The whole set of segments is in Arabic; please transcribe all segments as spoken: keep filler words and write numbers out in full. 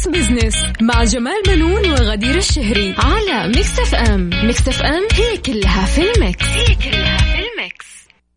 ميكس بزنس مع جمال بنون وغدير الشهري على ميكس اف ام. ميكس اف ام هي كلها في الميكس، هي كلها في الميكس.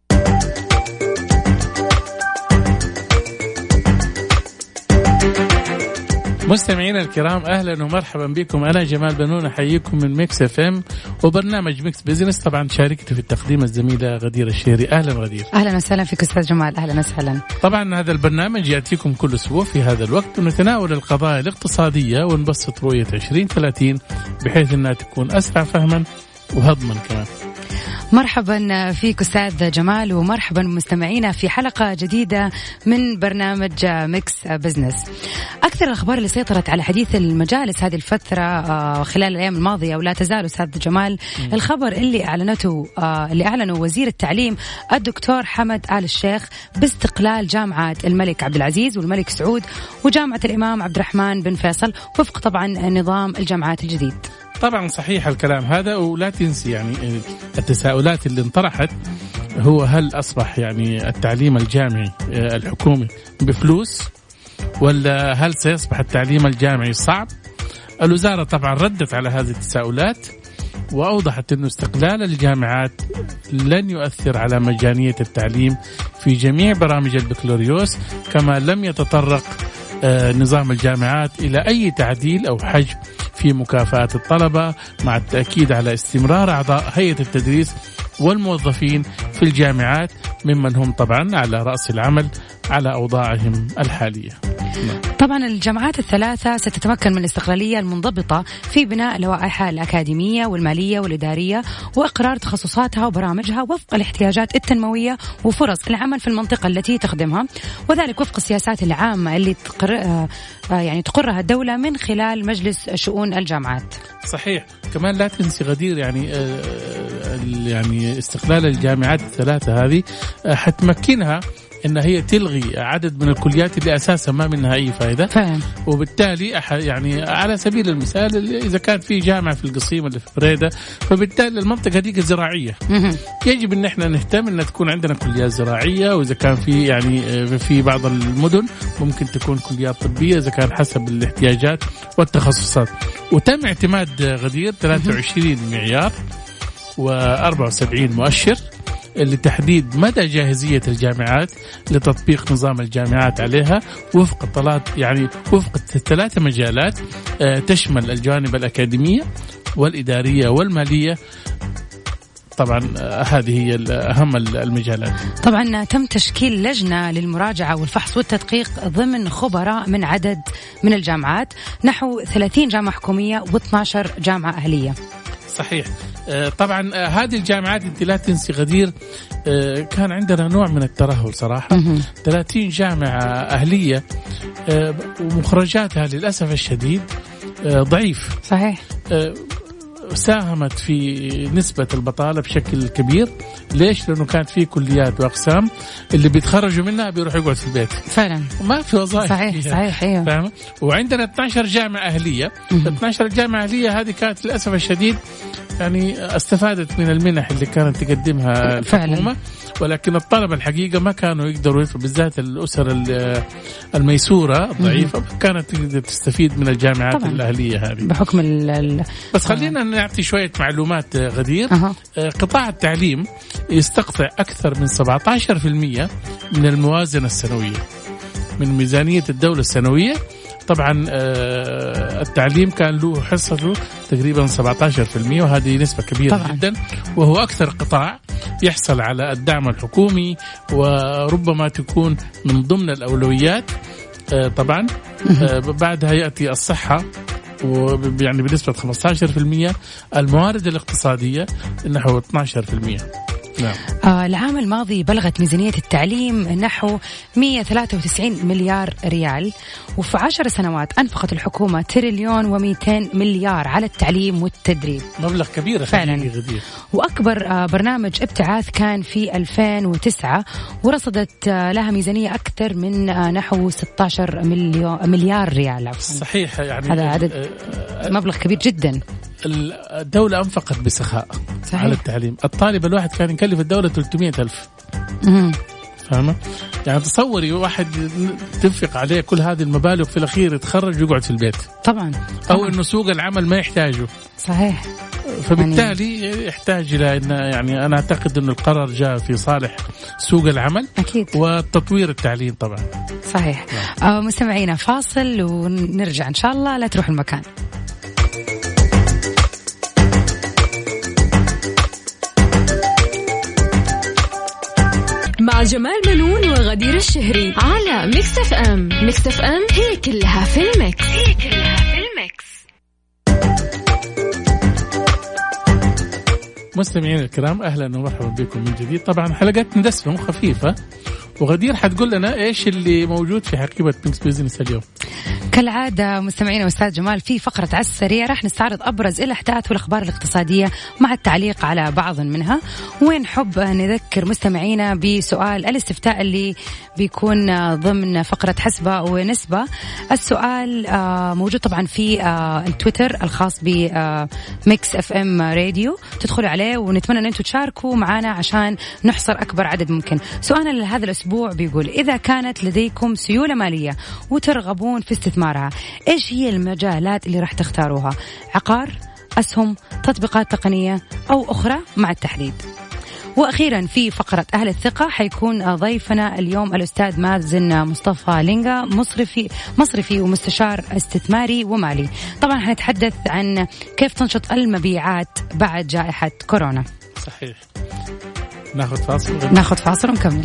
مستمعينا الكرام، أهلا ومرحبا بكم. أنا جمال بنون أحييكم من ميكس اف ام وبرنامج ميكس بيزنس. طبعا شاركتي في التقديم الزميلة غدير الشهري. أهلا غدير. أهلا وسهلا فيك أستاذ جمال. أهلا وسهلا. طبعا هذا البرنامج يأتيكم كل أسبوع في هذا الوقت ونتناول القضايا الاقتصادية ونبسط رؤية عشرين ثلاثين بحيث أنها تكون أسرع فهما وهضما كمان. مرحبا فيك أستاذ جمال ومرحبا مستمعينا في حلقة جديدة من برنامج ميكس بزنس. أكثر الأخبار اللي سيطرت على حديث المجالس هذه الفترة خلال الأيام الماضية ولا تزال أستاذ جمال م. الخبر اللي أعلنته اللي أعلنه وزير التعليم الدكتور حمد آل الشيخ باستقلال جامعة الملك عبد العزيز والملك سعود وجامعة الإمام عبد الرحمن بن فيصل وفق طبعا نظام الجامعات الجديد. طبعا صحيح الكلام هذا، ولا تنسي يعني التساؤلات اللي انطرحت هو هل أصبح يعني التعليم الجامعي الحكومي بفلوس ولا هل سيصبح التعليم الجامعي صعب؟ الوزارة طبعا ردت على هذه التساؤلات وأوضحت أن استقلال الجامعات لن يؤثر على مجانية التعليم في جميع برامج البكالوريوس، كما لم يتطرق نظام الجامعات إلى أي تعديل أو حجم في مكافآت الطلبة، مع التأكيد على استمرار أعضاء هيئة التدريس والموظفين في الجامعات ممن هم طبعا على رأس العمل على أوضاعهم الحالية. طبعا الجامعات الثلاثة ستتمكن من الاستقلالية المنضبطة في بناء لوائحها الأكاديمية والمالية والإدارية وإقرار تخصصاتها وبرامجها وفق الاحتياجات التنموية وفرص العمل في المنطقة التي تخدمها، وذلك وفق السياسات العامة اللي تقر يعني تقرها الدولة من خلال مجلس شؤون الجامعات. صحيح. كمان لا تنسي غدير يعني يعني استقلال الجامعات الثلاثة هذه حتمكنها إن هي تلغي عدد من الكليات اللي أساسا ما منها أي فائدة فهم. وبالتالي يعني على سبيل المثال إذا كانت في جامعة في القصيم اللي في بريدة فبالتالي المنطقة دي زراعية يجب إن إحنا نهتم إن تكون عندنا كليات زراعية، وإذا كان في يعني في بعض المدن ممكن تكون كليات طبية إذا كان حسب الاحتياجات والتخصصات. وتم اعتماد غدير ثلاثة وعشرين معيار وأربعة وسبعين مؤشر لتحديد مدى جاهزية الجامعات لتطبيق نظام الجامعات عليها وفق الطلات يعني وفق الثلاث مجالات تشمل الجوانب الأكاديمية والإدارية والمالية. طبعا هذه هي أهم المجالات. طبعا تم تشكيل لجنة للمراجعة والفحص والتدقيق ضمن خبراء من عدد من الجامعات نحو ثلاثين جامعة حكومية واثني عشر جامعة أهلية. صحيح. طبعا هذه الجامعات انت لا تنسي غدير كان عندنا نوع من الترهل صراحة. ثلاثين جامعة أهلية ومخرجاتها للأسف الشديد ضعيف. صحيح. ساهمت في نسبة البطالة بشكل كبير. ليش؟ لأنه كانت في كليات وأقسام اللي بيتخرجوا منها بيروحوا يقعد في البيت فعلا وما في وظائف. صحيح صحيح أيوه. فاهم؟ وعندنا اثني عشر جامعة أهلية. اثني عشر جامعة أهلية هذه كانت للأسف الشديد يعني استفادت من المنح اللي كانت تقدمها الحكومة، ولكن الطلبة الحقيقة ما كانوا يقدروا يدخلوا، بالذات الأسر الميسورة الضعيفة كانت تقدر تستفيد من الجامعات طبعا الأهلية هذه بحكم ال بس خلينا نعطي شوية معلومات غدير. أه. قطاع التعليم يستقطع أكثر من سبعة عشر بالمئة من الموازنة السنوية من ميزانية الدولة السنوية. طبعا التعليم كان له حصته تقريبا سبعة عشر بالمئة وهذه نسبة كبيرة طبعا جدا، وهو أكثر قطاع يحصل على الدعم الحكومي وربما تكون من ضمن الأولويات. طبعا بعدها يأتي الصحة ويعني بنسبة خمسة عشر بالمئة، الموارد الاقتصادية نحو اثني عشر بالمئة. نعم. آه العام الماضي بلغت ميزانية التعليم نحو مئة وثلاثة وتسعين مليار ريال، وفي عشر سنوات أنفقت الحكومة تريليون ومئتين مليار على التعليم والتدريب. مبلغ كبير فعلا. وأكبر آه برنامج ابتعاث كان في ألفين وتسعة ورصدت آه لها ميزانية أكثر من آه نحو ستة عشر مليار ريال. صحيح. يعني هذا عدد آه مبلغ كبير جدا. الدولة أنفقت بسخاء على التعليم. الطالب الواحد كان يكلف الدولة ثلاثمئة ألف. فاهمة؟ يعني تصوري واحد تنفق عليه كل هذه المبالغ في الأخير يتخرج ويقعد في البيت. طبعا, طبعا. أو إنه سوق العمل ما يحتاجه. صحيح. فبالتالي يعني يحتاج إلى إن يعني أنا أعتقد إنه القرار جاء في صالح سوق العمل أكيد وتطوير التعليم طبعا. صحيح. آه مستمعينا فاصل ونرجع إن شاء الله، لا تروح المكان. مع جمال منون وغدير الشهري على ميكس اف ام. ميكس اف ام هي كلها في الميكس. هي كلها في الميكس. مستمعين الكرام أهلا ومرحبا بكم من جديد. طبعا حلقتنا دسمة وخفيفة، وغدير حتقول لنا إيش اللي موجود في حقيبة ميكس بيزنس اليوم. كالعادة مستمعينا وأستاذ جمال في فقرة على السريع راح نستعرض أبرز الأحداث والأخبار الاقتصادية مع التعليق على بعض منها، وين حب نذكر مستمعينا بسؤال الاستفتاء اللي بيكون ضمن فقرة حسبة ونسبة. السؤال موجود طبعا في التويتر الخاص بميكس اف ام راديو، تدخلوا عليه ونتمنى أن أنتم تشاركوا معنا عشان نحصر أكبر عدد ممكن. سؤالنا لهذا الأسبوع بيقول: إذا كانت لديكم سيولة مالية وترغبون في استثمارها، إيش هي المجالات اللي راح تختاروها؟ عقار، أسهم، تطبيقات تقنية أو أخرى مع التحديد. وأخيرا في فقرة أهل الثقة حيكون ضيفنا اليوم الأستاذ مازن مصطفى لينغا، مصرفي مصرفي ومستشار استثماري ومالي. طبعا حنتحدث عن كيف تنشط المبيعات بعد جائحة كورونا. صحيح. ناخذ فاصل ناخذ فاصل ونكمل.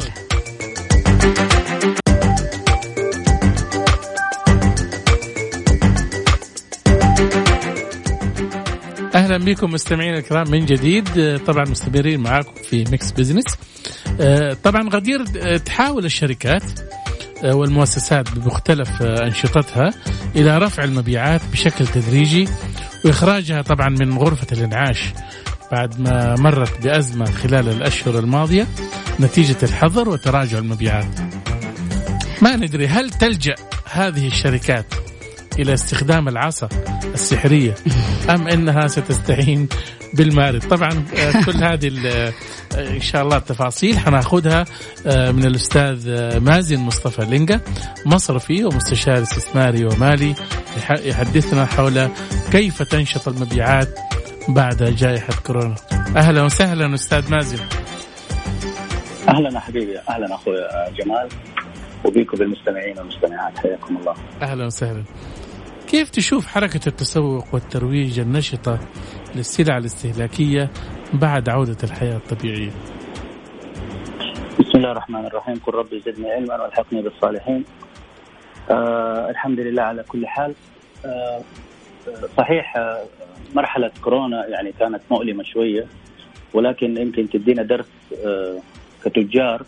أهلا بكم مستمعين الكرام من جديد. طبعا مستمرين معاكم في ميكس بيزنس. طبعا غدير تحاول الشركات والمؤسسات بمختلف أنشطتها إلى رفع المبيعات بشكل تدريجي وإخراجها طبعا من غرفة الإنعاش بعد ما مرت بأزمة خلال الأشهر الماضية نتيجة الحظر وتراجع المبيعات. ما ندري هل تلجأ هذه الشركات إلى استخدام العصا السحرية أم أنها ستستعين بالمارد. طبعا كل هذه إن شاء الله التفاصيل حناخدها من الأستاذ مازن مصطفى لينغا، مصرفي ومستشار استثماري ومالي، يحدثنا حول كيف تنشط المبيعات بعد جائحة كورونا. أهلا وسهلا أستاذ مازن. أهلا حبيبي، أهلا أخوي جمال، وبيكم بالمستمعين والمستمعات، حياكم الله. أهلا وسهلا. كيف تشوف حركة التسوق والترويج النشطة للسلع الاستهلاكية بعد عودة الحياة الطبيعية؟ بسم الله الرحمن الرحيم. قل ربي زدني علما والحقني بالصالحين. آه الحمد لله على كل حال. آه صحيح آه مرحلة كورونا يعني كانت مؤلمة شوية، ولكن يمكن تدينا درس آه كتجار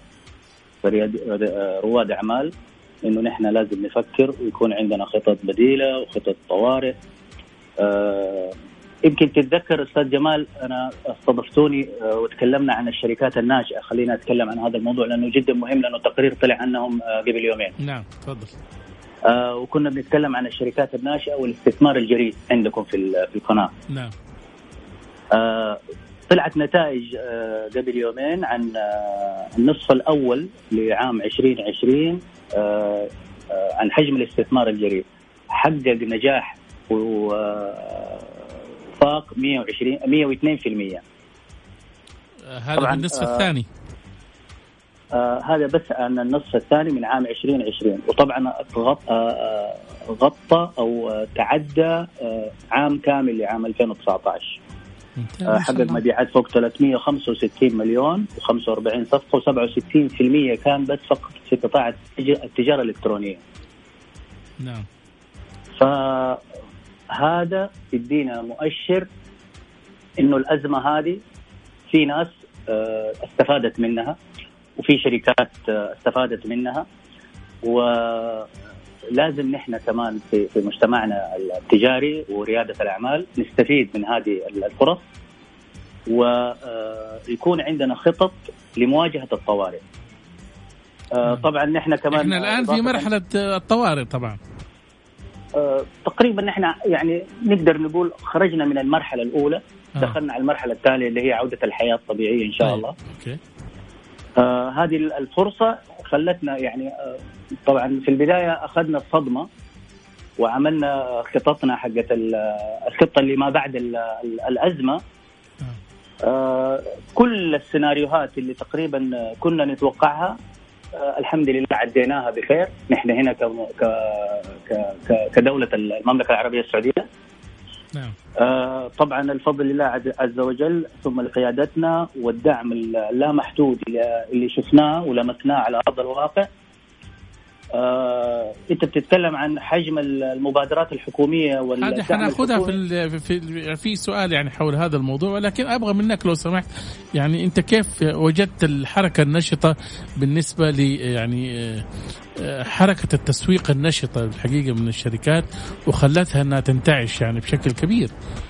رواد أعمال إنه نحن لازم نفكر ويكون عندنا خطط بديلة وخطط طوارئ. آه يمكن تتذكر أستاذ جمال أنا استضفتوني آه وتكلمنا عن الشركات الناشئة. خلينا أتكلم عن هذا الموضوع لأنه جدا مهم، لأنه تقرير طلع عنهم آه قبل يومين. نعم تفضل. آه وكنا بنتكلم عن الشركات الناشئة والاستثمار الجريء عندكم في في القناة. نعم. آه طلعت نتائج قبل يومين عن النصف الأول لعام عشرين عشرين عن حجم الاستثمار الجريء، حقق نجاح وفاق مئة وعشرين مئة واثنين بالمئة. هذا بالنصف الثاني. آه هذا بس عن النصف الثاني من عام عشرين عشرين، وطبعا غطى غطى أو تعدى عام كامل لعام ألفين وتسعة عشر. حقق مبيعات فوق ثلاثمئة وخمسة وستين مليون وخمسة وأربعين صفقة، وسبعة وستين بالمئة كان بس فقط في قطاع التجارة الإلكترونية. نعم. فهذا يدينا مؤشر إنه الأزمة هذه في ناس استفادت منها وفي شركات استفادت منها، ولازم نحن كمان في في مجتمعنا التجاري وريادة الأعمال نستفيد من هذه الفرص ويكون عندنا خطط لمواجهة الطوارئ. طبعا نحن كمان احنا الآن في مرحلة الطوارئ طبعا. تقريبا نحن يعني نقدر نقول خرجنا من المرحلة الأولى، دخلنا على المرحلة الثانية اللي هي عودة الحياة الطبيعية إن شاء الله. أوكي. آه هذه الفرصة خلتنا يعني طبعا في البداية أخذنا الصدمة وعملنا خططنا حقت الخطة اللي ما بعد الأزمة. كل السيناريوهات اللي تقريبا كنا نتوقعها الحمد لله عديناها بخير. نحن هنا ك ك كدولة المملكة العربية السعودية. نعم. آه طبعا الفضل لله عز وجل ثم لقيادتنا والدعم اللامحدود اللي شفناه ولمسناه على أرض الواقع. آه، أنت بتتكلم عن حجم المبادرات الحكومية هذه حناخذها في, في في سؤال يعني حول هذا الموضوع، ولكن أبغى منك لو سمحت يعني أنت كيف وجدت الحركة النشطة بالنسبة لي يعني حركة التسويق النشطة الحقيقة من الشركات وخلتها أنها تنتعش يعني بشكل كبير؟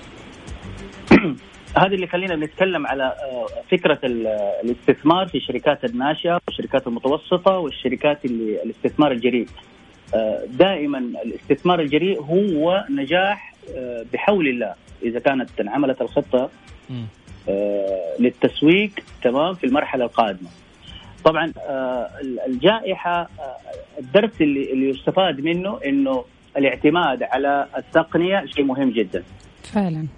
هذا اللي خلينا نتكلم على فكرة الاستثمار في الشركات الناشئة والشركات المتوسطة والشركات اللي الاستثمار الجريء. دائما الاستثمار الجريء هو نجاح بحول الله إذا كانت انعملت الخطة للتسويق تمام في المرحلة القادمة. طبعا الجائحة الدرس اللي اللي يستفاد منه إنه الاعتماد على التقنية شيء مهم جدا فعلا.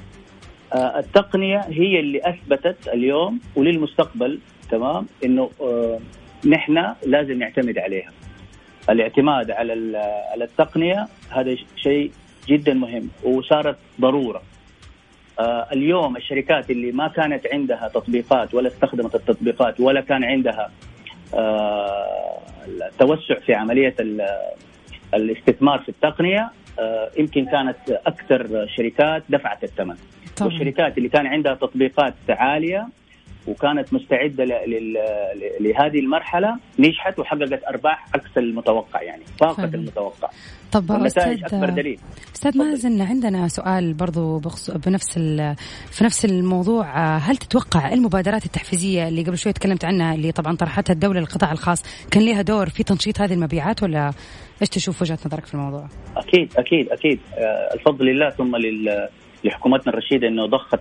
التقنية هي اللي أثبتت اليوم وللمستقبل تمام إنه آه نحن لازم نعتمد عليها. الاعتماد على على التقنية هذا شيء جدا مهم وصارت ضرورة. آه اليوم الشركات اللي ما كانت عندها تطبيقات ولا استخدمت التطبيقات ولا كان عندها آه التوسع في عملية الاستثمار في التقنية آه يمكن كانت أكثر شركات دفعت الثمن. طبعا. والشركات اللي كان عندها تطبيقات عالية وكانت مستعدة لهذه المرحلة نجحت وحققت أرباح عكس المتوقع يعني فاقت المتوقع. طب أستاذ أكبر دليل. أستاذ مازن عندنا سؤال برضو بنفس في نفس الموضوع. هل تتوقع المبادرات التحفيزية اللي قبل شوي تكلمت عنها اللي طبعا طرحتها الدولة للقطاع الخاص كان لها دور في تنشيط هذه المبيعات ولا إيش تشوف وجهة نظرك في الموضوع؟ أكيد أكيد أكيد الفضل لله ثم لل لحكومتنا الرشيدة إنه ضخت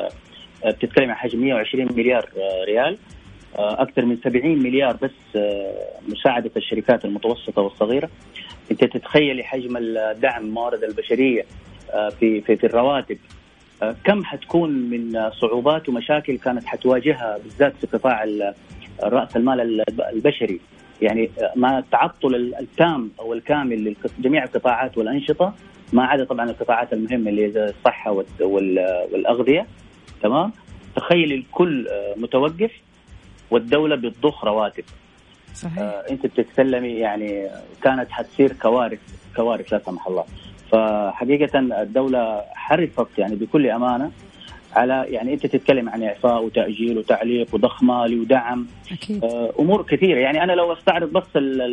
بتتكلم عن حجم مئة وعشرين مليار ريال أكثر من سبعين مليار بس مساعدة الشركات المتوسطة والصغيرة. أنت تتخيل حجم الدعم الموارد البشرية في في في الرواتب كم حتكون من صعوبات ومشاكل كانت حتواجهها بالذات في قطاع رأس المال البشري. يعني ما التعطل التام أو الكامل لجميع القطاعات والأنشطة ما عدا طبعا القطاعات المهمة اللي هي الصحة والأغذية تمام. تخيل الكل متوقف والدولة بتضخ رواتب. صحيح. آه انت بتتكلمي يعني كانت حتصير كوارث كوارث لا سمح الله. فحقيقة الدولة حرصت يعني بكل أمانة على يعني انت تتكلم عن اعفاء وتأجيل وتعليق وضخ مالي ودعم. أكيد. آه امور كثيرة يعني انا لو استعرض بس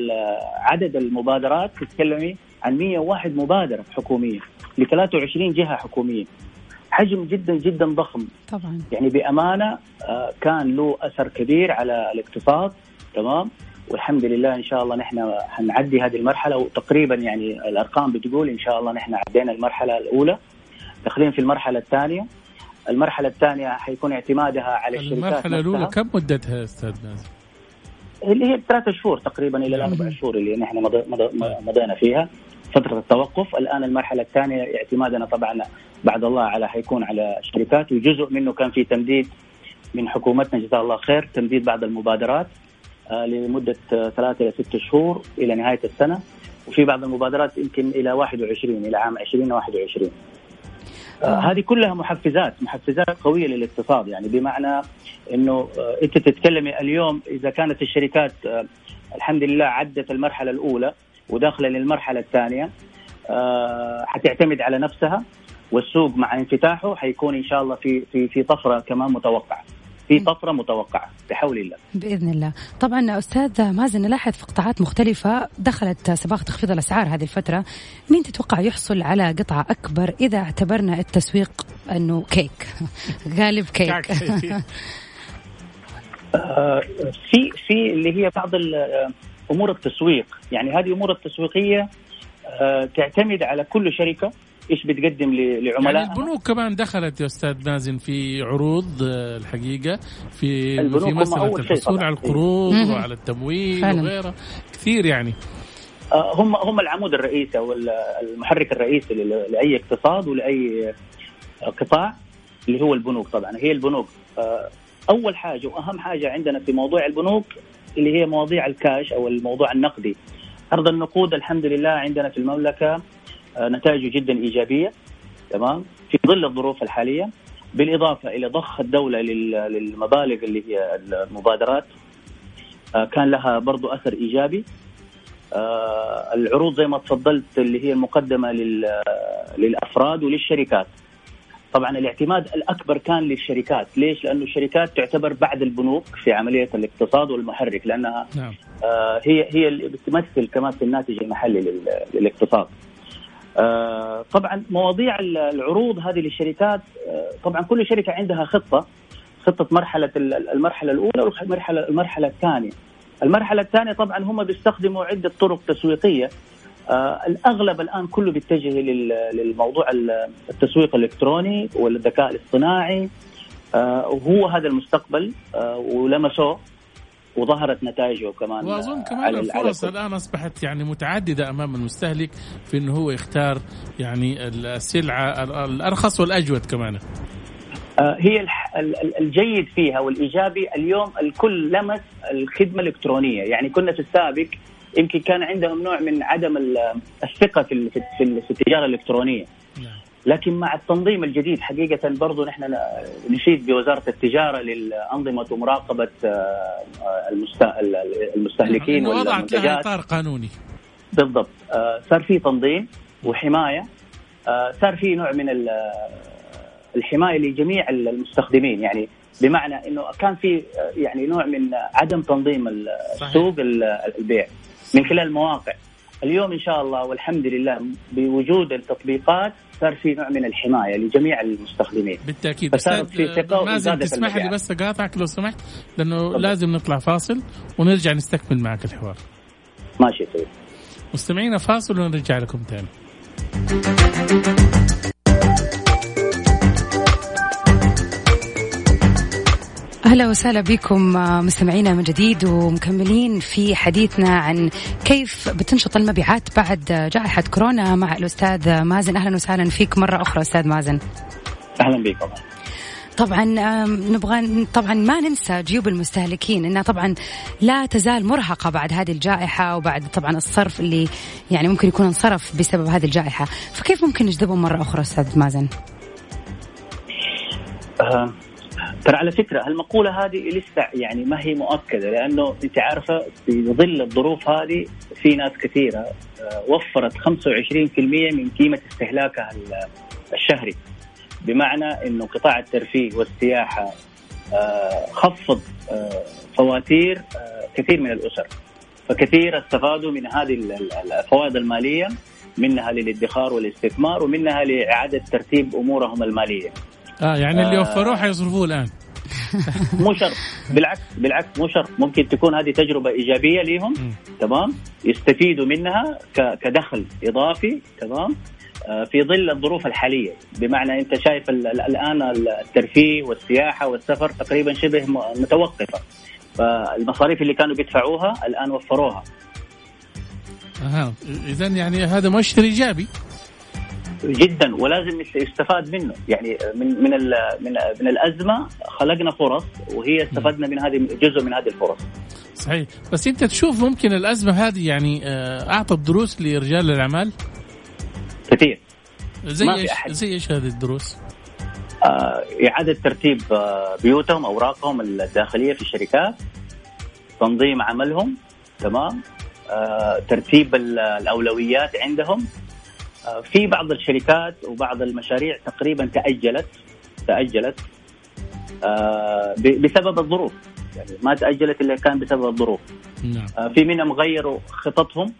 عدد المبادرات تتكلمي عن مئة وواحد مبادرة حكومية ل ثلاثة وعشرين جهة حكومية. حجم جدا جدا ضخم طبعا. يعني بأمانة آه كان له أثر كبير على الاقتصاد تمام. والحمد لله إن شاء الله نحن هنعدي هذه المرحلة وتقريبا يعني الأرقام بتقول إن شاء الله نحن عدينا المرحلة الأولى داخلين في المرحلة الثانية. المرحلة الثانية حيكون اعتمادها على الشركات. المرحلة الأولى كم مدتها أستاذ نازل؟ اللي هي ثلاثة شهور تقريبا إلى أربع شهور اللي نحن مضينا فيها فترة التوقف. الآن المرحلة الثانية اعتمادنا طبعا بعد الله على حيكون على الشركات وجزء منه كان في تمديد من حكومتنا جزاها الله خير تمديد بعض المبادرات آه لمدة آه ثلاثة إلى ستة شهور إلى نهاية السنة. وفي بعض المبادرات يمكن إلى واحد وعشرين إلى عام عشرين واحد وعشرين. آه هذه كلها محفزات محفزات قوية للاقتصاد يعني بمعنى إنه آه أنت تتكلمي اليوم إذا كانت الشركات آه الحمد لله عدت المرحلة الأولى وداخلة للمرحلة الثانية آه حتعتمد على نفسها والسوق مع انفتاحه حيكون إن شاء الله في في في طفرة كمان متوقعة في طفرة متوقعة بحول الله بإذن الله. طبعا أستاذ مازن نلاحظ في قطاعات مختلفة دخلت سباق تخفيض الأسعار هذه الفترة. مين تتوقع يحصل على قطعة أكبر إذا اعتبرنا التسويق أنه كيك غالب كيك؟ آه في في اللي هي بعض أمور التسويق يعني هذه أمور التسويقية آه تعتمد على كل شركة إيش بتقدم لعملاء. يعني البنوك كمان دخلت يا أستاذ مازن في عروض الحقيقة في في مسألة الحصول على القروض وعلى التمويل وغيره كثير يعني. هم هم العمود الرئيسي أو المحرك الرئيسي لأي اقتصاد ولأي قطاع اللي هو البنوك. طبعا هي البنوك أول حاجة وأهم حاجة عندنا في موضوع البنوك اللي هي مواضيع الكاش أو الموضوع النقدي. عرض النقود الحمد لله عندنا في المملكة نتائجه جدا إيجابية تمام في ظل الظروف الحالية، بالإضافة إلى ضخ الدولة للمبالغ اللي هي المبادرات كان لها برضو أثر إيجابي. العروض زي ما تفضلت اللي هي المقدمة للأفراد وللشركات. طبعا الاعتماد الأكبر كان للشركات. ليش؟ لأنه الشركات تعتبر بعد البنوك في عملية الاقتصاد والمحرك، لأنها نعم. هي هي اللي بتمثل كمان في الناتج المحلي للاقتصاد. طبعا مواضيع العروض هذه للشركات طبعا كل شركة عندها خطة خطة مرحلة المرحلة الأولى والمرحلة المرحلة الثانية. المرحلة الثانية طبعا هم بيستخدموا عدة طرق تسويقية. آه الأغلب الآن كله بيتجه للموضوع التسويق الإلكتروني والذكاء الاصطناعي. آه وهو هذا المستقبل. آه ولمسوه وظهرت نتائجه كمان. وأظن كمان الفرص الآن أصبحت يعني متعددة أمام المستهلك في إنه هو يختار يعني السلعة الأرخص والأجود كمان. هي الجيد فيها والإيجابي اليوم الكل لمس الخدمة الإلكترونية. يعني كنا في السابق يمكن كان عندهم نوع من عدم الثقة في في التجارة الإلكترونية، لكن مع التنظيم الجديد حقيقة برضو نحن نشيد بوزارة التجارة للأنظمة ومراقبة المستهلكين وضعت لها إطار قانوني. بالضبط. صار في تنظيم وحماية، صار في نوع من الحماية لجميع المستخدمين. يعني بمعنى إنه كان في يعني نوع من عدم تنظيم السوق البيع من خلال المواقع. اليوم إن شاء الله والحمد لله بوجود التطبيقات صار في نوع من الحماية لجميع المستخدمين. بالتأكيد. مازن تسمح لي بس أقاطعك لو سمحت لأنه طبعا. لازم نطلع فاصل ونرجع نستكمل معك الحوار. ماشي سيد. مستمعينا فاصل ونرجع لكم تاني. أهلا وسهلا بكم مستمعينا من جديد ومكملين في حديثنا عن كيف بتنشط المبيعات بعد جائحة كورونا مع الأستاذ مازن. أهلا وسهلا فيك مرة أخرى أستاذ مازن. أهلا بكم. طبعا نبغى طبعا ما ننسى جيوب المستهلكين إنها طبعا لا تزال مرهقة بعد هذه الجائحة وبعد طبعا الصرف اللي يعني ممكن يكون انصرف بسبب هذه الجائحة، فكيف ممكن نجذبهم مرة أخرى أستاذ مازن؟ أه ترى على فكرة المقولة هذه لسه يعني ما هي مؤكدة، لأنه أنت عارفة في ظل الظروف هذه في ناس كثيرة وفرت خمسة وعشرين بالمئة من قيمة استهلاكها الشهري. بمعنى أنه قطاع الترفيه والسياحة خفض فواتير كثير من الأسر، فكثير استفادوا من هذه الفوائد المالية، منها للادخار والاستثمار ومنها لإعادة ترتيب أمورهم المالية. آه يعني اللي وفروه حيصرفوه الآن. مو شرط، بالعكس بالعكس مو شرط، ممكن تكون هذه تجربة إيجابية ليهم. تمام، يستفيدوا منها كدخل إضافي. تمام، آه في ظل الظروف الحالية. بمعنى أنت شايف الآن الترفيه والسياحة والسفر تقريبا شبه متوقفة، فالمصاريف اللي كانوا بيدفعوها الآن وفروها. أها، إذن يعني هذا مؤشر إيجابي جدا ولازم يستفاد منه. يعني من من من من الأزمة خلقنا فرص وهي استفدنا من هذه جزء من هذه الفرص. صحيح، بس أنت تشوف ممكن الأزمة هذه يعني أعطت دروس لرجال الأعمال كثير. زي إيش زي إيش هذه الدروس؟ آه إعادة ترتيب بيوتهم، أوراقهم الداخلية في الشركات، تنظيم عملهم. تمام، آه ترتيب الأولويات عندهم. في بعض الشركات وبعض المشاريع تقريبا تأجلت تأجلت بسبب الظروف، يعني ما تأجلت إلا كان بسبب الظروف. نعم. في منهم غيروا خططهم،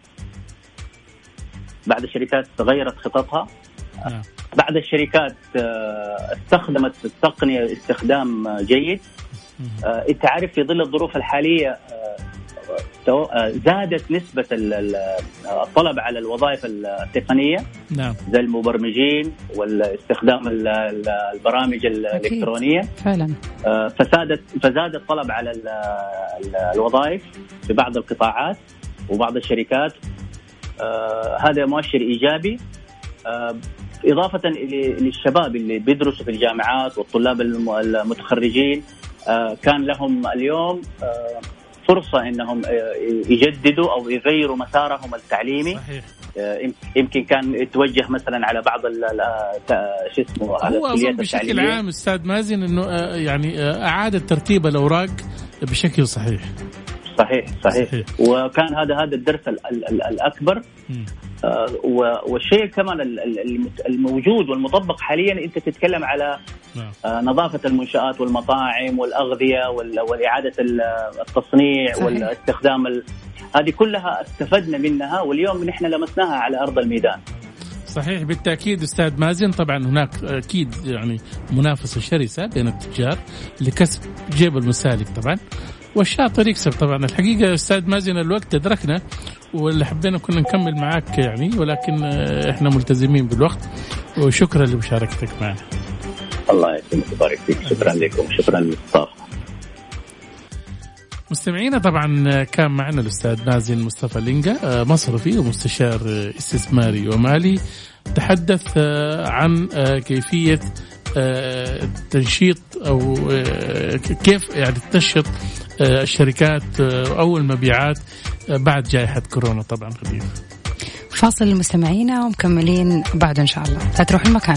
بعض الشركات غيرت خططها. نعم. بعض الشركات استخدمت التقنية استخدام جيد. انت عارف في ظل الظروف الحالية زادت نسبة الطلب على الوظائف التقنية، نعم، زي المبرمجين والاستخدام البرامج الإلكترونية فعلا. فزادت فزاد الطلب على الوظائف في بعض القطاعات وبعض الشركات. هذا مؤشر إيجابي، إضافة للشباب اللي بيدرسوا في الجامعات والطلاب المتخرجين كان لهم اليوم فرصة إنهم يجددوا أو يغيروا مسارهم التعليمي. صحيح. يمكن كان يتوجه مثلا على بعض شو اسمه على الكليات بشكل عام أستاذ مازن إنه يعني أعادة ترتيب الأوراق بشكل صحيح. صحيح صحيح, صحيح. وكان هذا هذا الدرس ال ال ال الأكبر. آه والشيء كمان الموجود والمطبق حاليا، أنت تتكلم على آه نظافة المنشآت والمطاعم والأغذية والإعادة التصنيع. صحيح. والاستخدام ال... هذه كلها استفدنا منها، واليوم نحن لمسناها على أرض الميدان. صحيح بالتأكيد أستاذ مازن. طبعا هناك أكيد يعني منافسة شرسة بين التجار لكسب جيب المسالك طبعا، والشاطر يكسب. طبعا الحقيقة أستاذ مازن الوقت أدركنا، واللي حبينا كنا نكمل معاك يعني، ولكن إحنا ملتزمين بالوقت. وشكرا لمشاركتك معنا. الله يسلمك ويبارك فيك. شكرا لكم، شكرا للاستضافة. مستمعينا طبعا كان معنا الأستاذ مازن مصطفى لينجا، مصرفي ومستشار استثماري ومالي، تحدث عن كيفية تنشيط أو كيف يعني تنشط الشركات أو المبيعات بعد جائحة كورونا. طبعا خفيف فاصل المستمعين ومكملين بعد إن شاء الله، لا تروح المكان.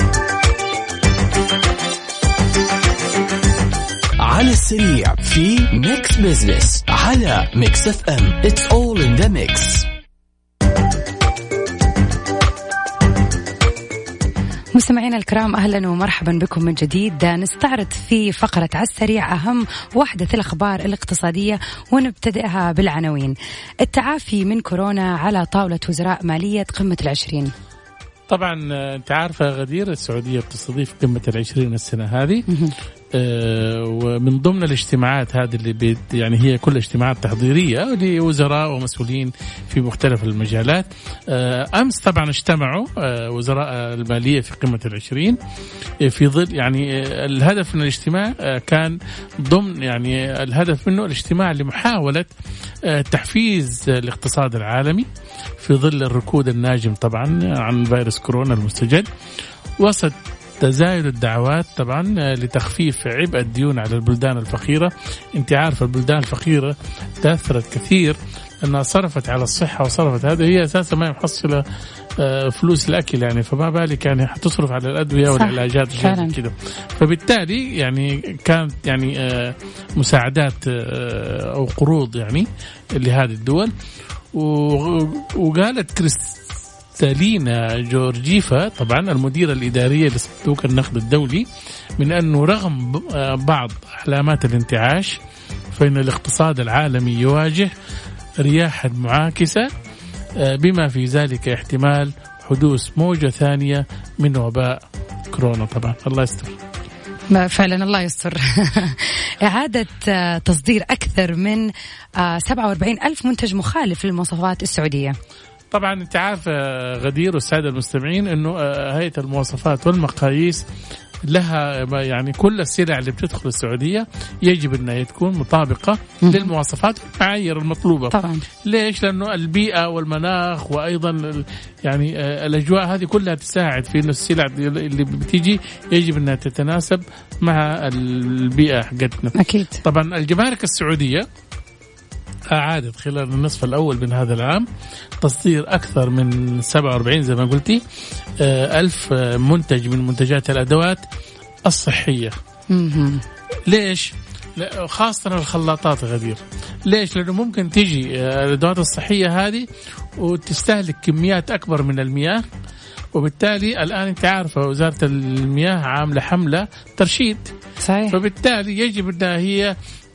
على السريع في ميكس بيزنس على ميكس اف ام. It's all in the mix. مستمعينا الكرام، أهلا ومرحبا بكم من جديد. نستعرض في فقرة على السريع أهم وحدث الأخبار الاقتصادية، ونبتدئها بالعناوين. التعافي من كورونا على طاولة وزراء مالية قمة العشرين. طبعا أنت عارفة غدير، السعودية بتستضيف قمة العشرين السنة هذه، آه ومن ضمن الاجتماعات هذه اللي بيت يعني هي كل اجتماعات تحضيرية لوزراء ومسؤولين في مختلف المجالات. آه أمس طبعا اجتمعوا آه وزراء المالية في قمة العشرين آه في ظل يعني آه الهدف من الاجتماع آه كان ضمن يعني الهدف منه الاجتماع لمحاولة آه تحفيز الاقتصاد العالمي في ظل الركود الناجم طبعا عن فيروس كورونا المستجد، وسط تزايد الدعوات طبعا لتخفيف عبء الديون على البلدان الفقيرة. انت عارف البلدان الفقيرة تأثرت كثير أنها صرفت على الصحة وصرفت، هذا هي أساسا ما محصلة فلوس الأكل يعني، فما بالك يعني حتصرف على الأدوية والعلاجات كده. فبالتالي يعني كانت يعني مساعدات أو قروض يعني لهذه الدول. وقالت كريستالينا جورجيفا طبعا المديرة الإدارية لصندوق النقد الدولي من أنه رغم بعض علامات الانتعاش فإن الاقتصاد العالمي يواجه رياح معاكسة، بما في ذلك احتمال حدوث موجة ثانية من وباء كورونا. طبعا الله يستر، فعلا الله يستر. إعادة تصدير أكثر من سبعة وأربعين ألف منتج مخالف للمواصفات السعودية. طبعا انت عارف غدير والسادة المستمعين انه هيئة المواصفات والمقاييس لها يعني كل السلع اللي بتدخل السعودية يجب أنها تكون مطابقة للمواصفات والمعايير المطلوبة. طبعا. ليش؟ لأنه البيئة والمناخ وأيضا يعني الأجواء هذه كلها تساعد في أنه السلع اللي بتيجي يجب أنها تتناسب مع البيئة حقتنا. أكيد. طبعا الجمارك السعودية أعادت خلال النصف الأول من هذا العام تصدير أكثر من سبعة وأربعين زي ما قلتي ألف منتج من منتجات الأدوات الصحية. ليش؟ خاصة الخلاطات غدير. ليش؟ لأنه ممكن تيجي الأدوات الصحية هذه وتستهلك كميات أكبر من المياه، وبالتالي الآن أنت عارفة وزارة المياه عاملة حملة ترشيد. صحيح. فبالتالي يجب أنها هي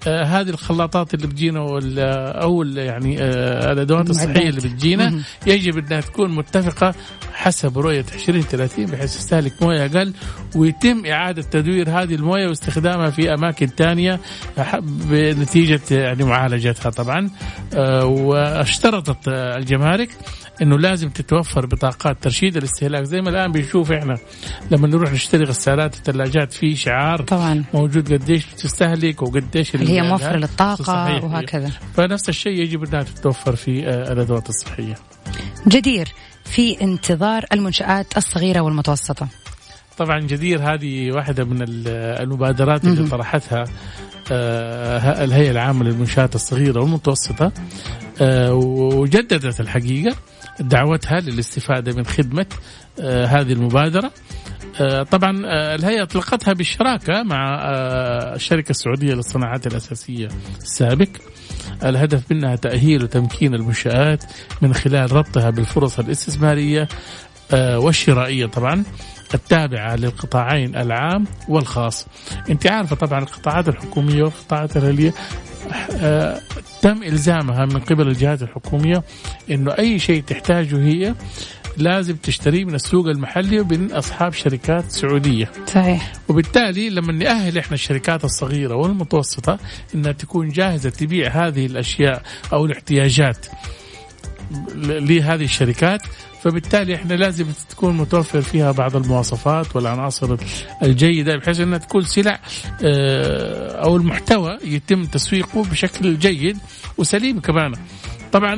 آه هذه الخلاطات اللي بتجينا أو يعني آه الأدوات الصحية اللي بتجينا يجب أنها تكون متفقة حسب رؤية عشرين ثلاثين بحيث يستهلك موية أقل، ويتم إعادة تدوير هذه الموية واستخدامها في أماكن تانية بنتيجة يعني معالجتها طبعا. آه واشترطت آه الجمارك إنه لازم تتوفر بطاقات ترشيد الاستهلاك، زي ما الآن بنشوف إحنا لما نروح نشتري غسالات الثلاجات في شعار طبعا موجود قديش بتستهلك وقديش اللي هي موفرة للطاقة وهكذا. فنفس الشيء يجب أنها تتوفر في آه الأدوات الصحية. جدير في انتظار المنشآت الصغيرة والمتوسطة. طبعا جدير هذه واحدة من المبادرات اللي طرحتها آه الهيئة العامة للمنشآت الصغيرة والمتوسطة، آه وجددت الحقيقة دعوتها للاستفادة من خدمة آه هذه المبادرة. آه طبعا آه الهيئة أطلقتها بالشراكة مع آه الشركة السعودية للصناعات الأساسية السابق. الهدف منها تأهيل وتمكين المنشآت من خلال ربطها بالفرص الاستثمارية آه والشرائية طبعا التابعة للقطاعين العام والخاص. انت عارفة طبعا القطاعات الحكومية والقطاعات الأهلية آه تم إلزامها من قبل الجهات الحكومية إنه أي شيء تحتاجه هي لازم تشتريه من السوق المحلي ومن أصحاب شركات سعودية. صحيح. وبالتالي لما نأهل إحنا الشركات الصغيرة والمتوسطة إنها تكون جاهزة تبيع هذه الأشياء أو الاحتياجات لهذه الشركات، فبالتالي احنا لازم تكون متوفر فيها بعض المواصفات والعناصر الجيدة بحيث انها تكون سلع او المحتوى يتم تسويقه بشكل جيد وسليم كمان. طبعا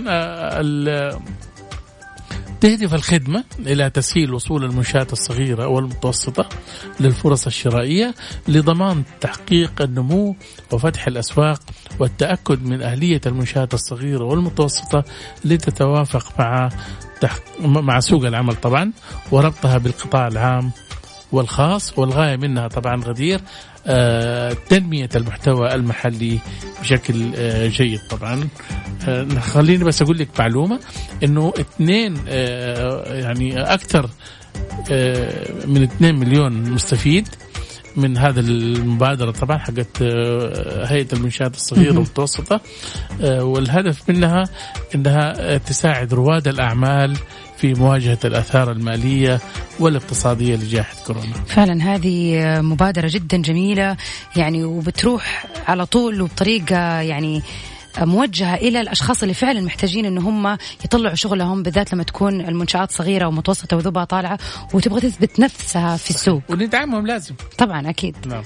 تهدف الخدمة إلى تسهيل وصول المنشآت الصغيرة والمتوسطة للفرص الشرائية لضمان تحقيق النمو وفتح الأسواق والتأكد من أهلية المنشآت الصغيرة والمتوسطة لتتوافق مع مع سوق العمل طبعا وربطها بالقطاع العام والخاص. والغاية منها طبعا غدير آه تنمية المحتوى المحلي بشكل آه جيد طبعا. آه خليني بس أقول لك معلومة إنه اثنين آه يعني أكثر آه من اثنين مليون مستفيد من هذا المبادرة طبعا حقت هيئة المنشآت الصغيرة والمتوسطة، والهدف منها أنها تساعد رواد الأعمال في مواجهة الآثار المالية والاقتصادية لجائحة كورونا. فعلا هذه مبادرة جدا جميلة يعني، وبتروح على طول وبطريقة يعني موجهة إلى الأشخاص اللي فعلا محتاجين إن هم يطلعوا شغلهم، بالذات لما تكون المنشآت صغيرة ومتوسطة وذبها طالعة وتبغى تثبت نفسها في السوق. وندعمهم لازم طبعا أكيد. نعم.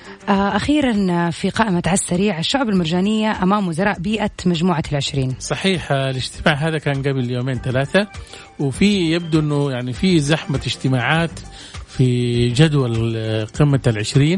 أخيرا في قائمة على السريع الشعب المرجانية أمام وزراء بيئة مجموعة العشرين. صحيح الاجتماع هذا كان قبل يومين ثلاثة، وفي يبدو أنه يعني في زحمة اجتماعات في جدول قمة العشرين.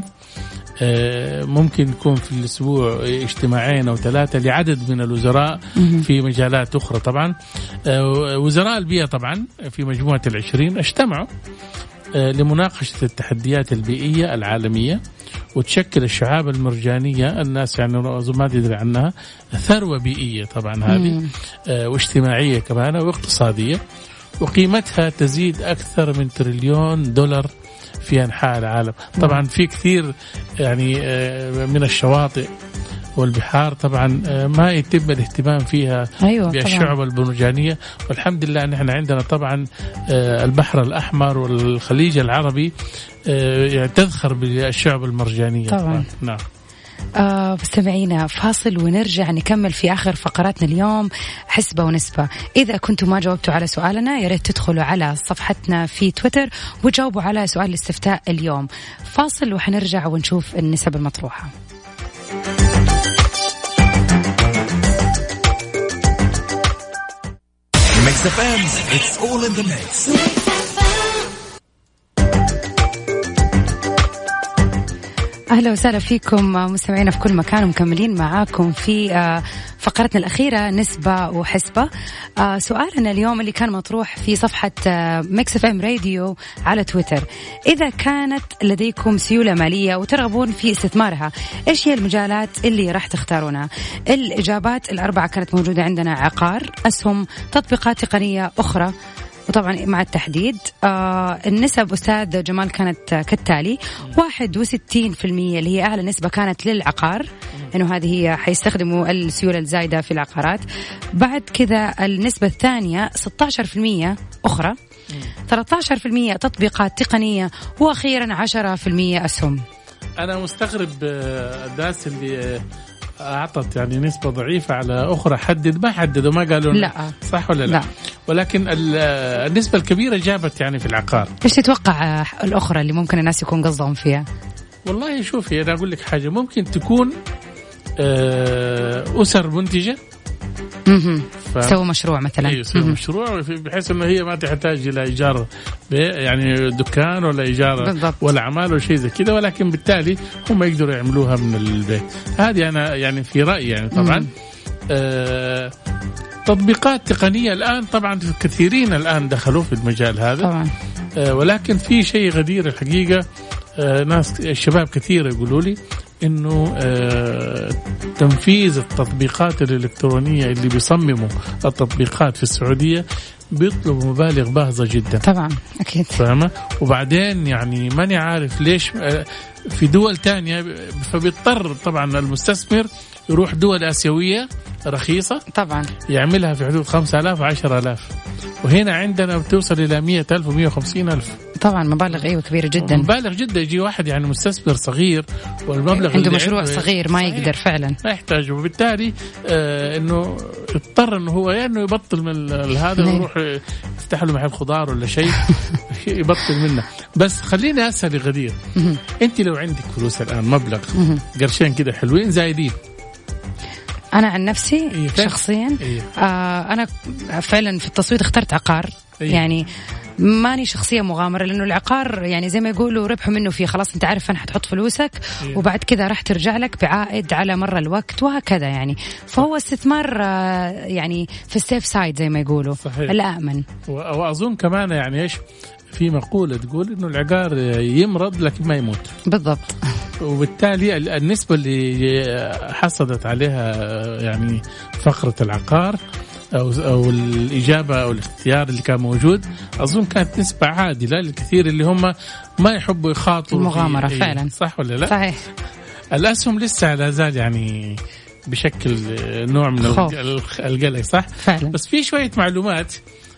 ممكن يكون في الأسبوع اجتماعين أو ثلاثة لعدد من الوزراء في مجالات أخرى. طبعا وزراء البيئة طبعا في مجموعة العشرين اجتمعوا لمناقشة التحديات البيئية العالمية، وتشكل الشعاب المرجانية الناس يعني ما تدري عنها ثروة بيئية طبعا هذه واجتماعية كمان واقتصادية، وقيمتها تزيد أكثر من تريليون دولار في أنحاء العالم. طبعا في كثير يعني من الشواطئ والبحار طبعا ما يتم الاهتمام فيها أيوة بالشعب المرجانية، والحمد لله أن احنا عندنا طبعا البحر الأحمر والخليج العربي يعني تذخر بالشعب المرجانية طبعا, طبعا. نعم. آه مستمعينا فاصل ونرجع نكمل في آخر فقراتنا اليوم حسبة ونسبة. إذا كنتم ما جاوبتوا على سؤالنا يا ريت تدخلوا على صفحتنا في تويتر وجاوبوا على سؤال الاستفتاء اليوم. فاصل وحنرجع ونشوف النسب المطروحة. Mix إف إم, it's all in the mix. أهلا وسهلا فيكم مستمعينا في كل مكان، ومكملين معاكم في فقرتنا الأخيرة نسبة وحسبة. سؤالنا اليوم اللي كان مطروح في صفحة ميكس إف إم راديو على تويتر: إذا كانت لديكم سيولة مالية وترغبون في استثمارها إيش هي المجالات اللي راح تختارونها؟ الإجابات الأربعة كانت موجودة عندنا: عقار، أسهم، تطبيقات تقنية أخرى، وطبعا مع التحديد. آه النسب أستاذ جمال كانت كالتالي: واحد وستين في المية اللي هي أعلى نسبة كانت للعقار، إنه هذه هي حيستخدموا السيولة الزايدة في العقارات. بعد كذا النسبة الثانية ستة عشر بالمئة أخرى، ثلاثة عشر بالمئة تطبيقات تقنية، وأخيرا عشرة بالمئة أسهم. أنا مستغرب الناس اللي أعطت يعني نسبة ضعيفة على أخرى، حدد ما حددوا ما قالوا لا صح ولا لا, لا. ولكن النسبة الكبيرة جابت يعني في العقار. إيش تتوقع الأخرى اللي ممكن الناس يكون قصدهم فيها؟ والله شوفي أنا أقول لك حاجة، ممكن تكون أسر منتجة ف... سووا مشروع مثلا. ايوه سووا مشروع بحيث انه هي ما تحتاج الى ايجار يعني دكان ولا ايجار بالضبط. ولا عمال ولا شيء زي كده، ولكن بالتالي هم يقدروا يعملوها من البيت. هذه انا يعني في رايي يعني طبعا آه تطبيقات تقنيه الان طبعا كثيرين الان دخلوا في المجال هذا طبعا. آه ولكن في شيء غدير الحقيقه، آه ناس الشباب كثير يقولوا لي إنه آه تنفيذ التطبيقات الإلكترونية اللي بيصمموا التطبيقات في السعودية بيطلبوا مبالغ باهظة جدا طبعا أكيد فاهمة. وبعدين يعني ماني عارف ليش آه في دول تانية، فبيضطر طبعا المستثمر يروح دول آسيوية رخيصة طبعا يعملها في حدود خمسة آلاف وعشرة آلاف، وهنا عندنا بتوصل إلى مية ألف ومية وخمسين ألف. طبعا مبالغ أيوة كبيرة جدا، مبالغ جدا. يجي واحد يعني مستثمر صغير والمبلغ عنده مشروع صغير ما يقدر فعلا ما يحتاجه، وبالتالي آه إنه اضطر إنه هو يعني يبطل من هذا ويروح يفتح له محل خضار ولا شيء يبطل منه. بس خليني أسأل غدير، أنت لو عندك فلوس الآن مبلغ قرشين كده حلوين زايدين، أنا عن نفسي إيه شخصيا إيه؟ آه أنا فعلا في التصويت اخترت عقار. إيه؟ يعني ماني شخصية مغامرة، لأنه العقار يعني زي ما يقولوا ربحوا منه فيه، خلاص أنت عارف أن حتحط فلوسك إيه؟ وبعد كذا راح ترجع لك بعائد على مر الوقت وهكذا يعني. فهو استثمار آه يعني في السيف سايد زي ما يقولوا صحيح. الآمن. وأظن كمان يعني إيش في مقولة تقول إنه العقار يمرض لكن ما يموت بالضبط، وبالتالي النسبة اللي حصلت عليها يعني فقرة العقار أو أو الإجابة أو الاختيار اللي كان موجود أظن كانت نسبة عادلة للكثير اللي هم ما يحبوا يخاطروا المغامرة فعلا. صح ولا لا؟ صحيح. الأسهم لسه لا زال يعني بشكل نوع من القلق صح؟ فعلا. بس في شوية معلومات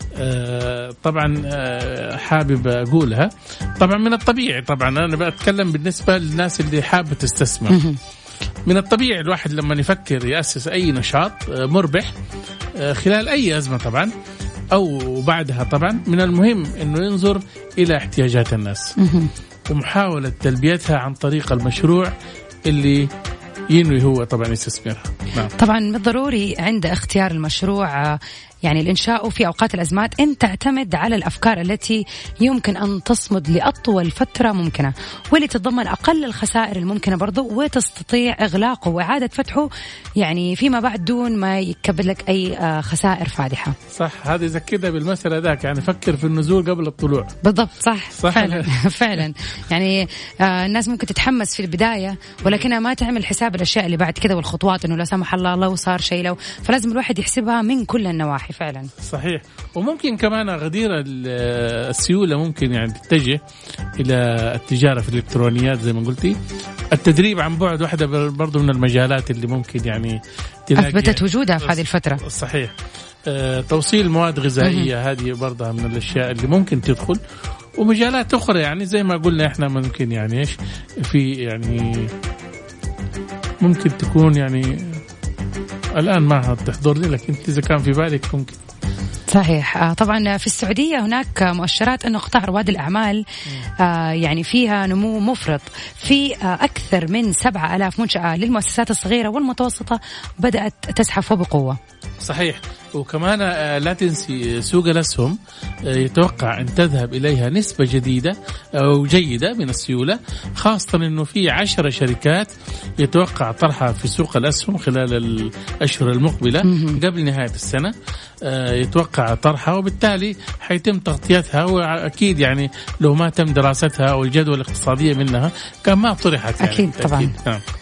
آه طبعا آه حابب أقولها. طبعا من الطبيعي طبعا أنا بتكلم بالنسبة للناس اللي حابة تستثمر، من الطبيعي الواحد لما يفكر يأسس أي نشاط آه مربح آه خلال أي أزمة طبعا أو بعدها طبعا من المهم أنه ينظر إلى احتياجات الناس ومحاولة تلبيتها عن طريق المشروع اللي ينوي هو طبعا يستثمرها. نعم. طبعا من الضروري عند اختيار المشروع يعني الإنشاء في أوقات الأزمات أن تعتمد على الأفكار التي يمكن أن تصمد لأطول فترة ممكنة، واللي تتضمن أقل الخسائر الممكنة برضو، وتستطيع إغلاقه وإعادة فتحه يعني فيما بعد دون ما يكبر لك أي خسائر فادحة. صح. هذا إذا كده بالمثل ذاك يعني فكر في النزول قبل الطلوع. بالضبط صح, صح فعلا فعلا يعني آه الناس ممكن تتحمس في البداية ولكنها ما تعمل حساب الأشياء اللي بعد كده والخطوات، إنه لا سمح الله لو صار شيء لو، فلازم الواحد يحسبها من كل النواحي فعلا. صحيح. وممكن كمان غدير السيولة ممكن يعني تتجه إلى التجارة في الإلكترونيات زي ما قلتي. التدريب عن بعد واحدة برضو من المجالات اللي ممكن يعني تلاقي أثبتت وجودها في هذه الفترة. صحيح. آه، توصيل مواد غذائية هذه برضها من الأشياء اللي ممكن تدخل، ومجالات أخرى يعني زي ما قلنا إحنا ممكن يعني إيش في يعني ممكن تكون يعني الآن ما تحضرني لكن إذا كان في بالك ممكن. صحيح. طبعا في السعودية هناك مؤشرات أن قطاع رواد الأعمال يعني فيها نمو مفرط، في أكثر من سبعة آلاف منشأة للمؤسسات الصغيرة والمتوسطة بدأت تزحف وبقوة. صحيح. وكمان لا تنسي سوق الأسهم يتوقع أن تذهب إليها نسبة جديدة أو جيدة من السيولة، خاصة أنه في عشر شركات يتوقع طرحها في سوق الأسهم خلال الأشهر المقبلة قبل نهاية السنة يتوقع طرحها، وبالتالي حيتم تغطيتها. وأكيد يعني لو ما تم دراستها أو الجدوى الاقتصادية منها كان ما طرحت يعني. أكيد طبعا. نعم.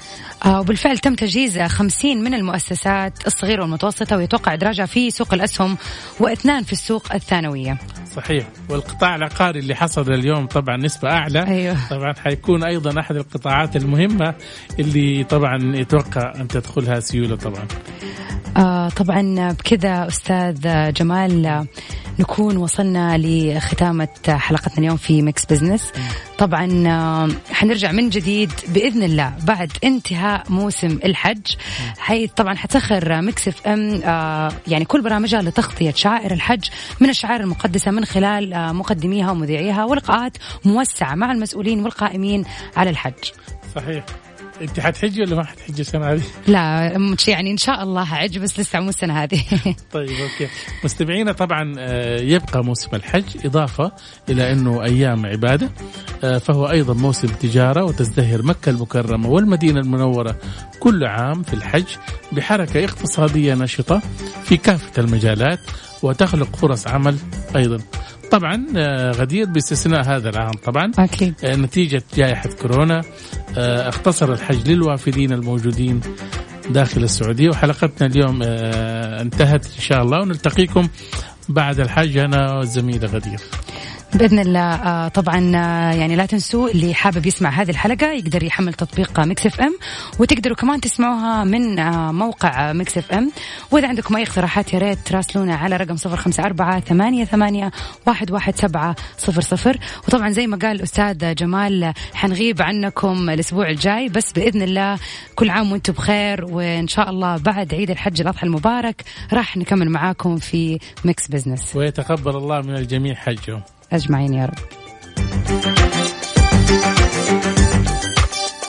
وبالفعل تم تجهيز خمسين من المؤسسات الصغيرة والمتوسطة، ويتوقع إدراجها في سوق الأسهم واثنان في السوق الثانوية. صحيح. والقطاع العقاري اللي حصل اليوم طبعا نسبة أعلى. أيوه. طبعا حيكون أيضا أحد القطاعات المهمة اللي طبعا يتوقع أن تدخلها سيولة طبعا. آه طبعا بكذا أستاذ جمال نكون وصلنا لختامة حلقتنا اليوم في ميكس بزنس. طبعا آه حنرجع من جديد بإذن الله بعد انتهاء موسم الحج، حيث طبعا حتسخر ميكس اف ام آه يعني كل برامجها لتغطية شعائر الحج من الشعائر المقدسة من خلال آه مقدميها ومذيعيها ولقاءات موسعة مع المسؤولين والقائمين على الحج. صحيح. انت حتحجي ولا ما حتحجي السنه هذه؟ لا يعني ان شاء الله حج، بس لسه مو السنه هذه. طيب اوكي مستمعينا، طبعا يبقى موسم الحج اضافه الى انه ايام عباده، فهو ايضا موسم تجاره، وتزدهر مكه المكرمه والمدينه المنوره كل عام في الحج بحركه اقتصاديه نشطه في كافه المجالات، وتخلق فرص عمل ايضا. طبعا غدير باستثناء هذا العام طبعا أكيد. نتيجة جائحة كورونا اختصر الحج للوافدين الموجودين داخل السعودية. وحلقتنا اليوم انتهت إن شاء الله، ونلتقيكم بعد الحج أنا والزميلة غدير بإذن الله. طبعا يعني لا تنسوا اللي حابب يسمع هذه الحلقة يقدر يحمل تطبيق ميكس اف ام، وتقدروا كمان تسمعوها من موقع ميكس اف ام. وإذا عندكم أي اقتراحات يا ريت تراسلونا على رقم صفر خمسة أربعة ثمانية ثمانية واحد واحد سبعة صفر صفر. وطبعا زي ما قال الأستاذ جمال حنغيب عنكم الأسبوع الجاي، بس بإذن الله كل عام وانتم بخير، وإن شاء الله بعد عيد الحج الأضحى المبارك راح نكمل معاكم في ميكس بزنس، ويتقبل الله من الجميع حجهم أجمعين يا رب.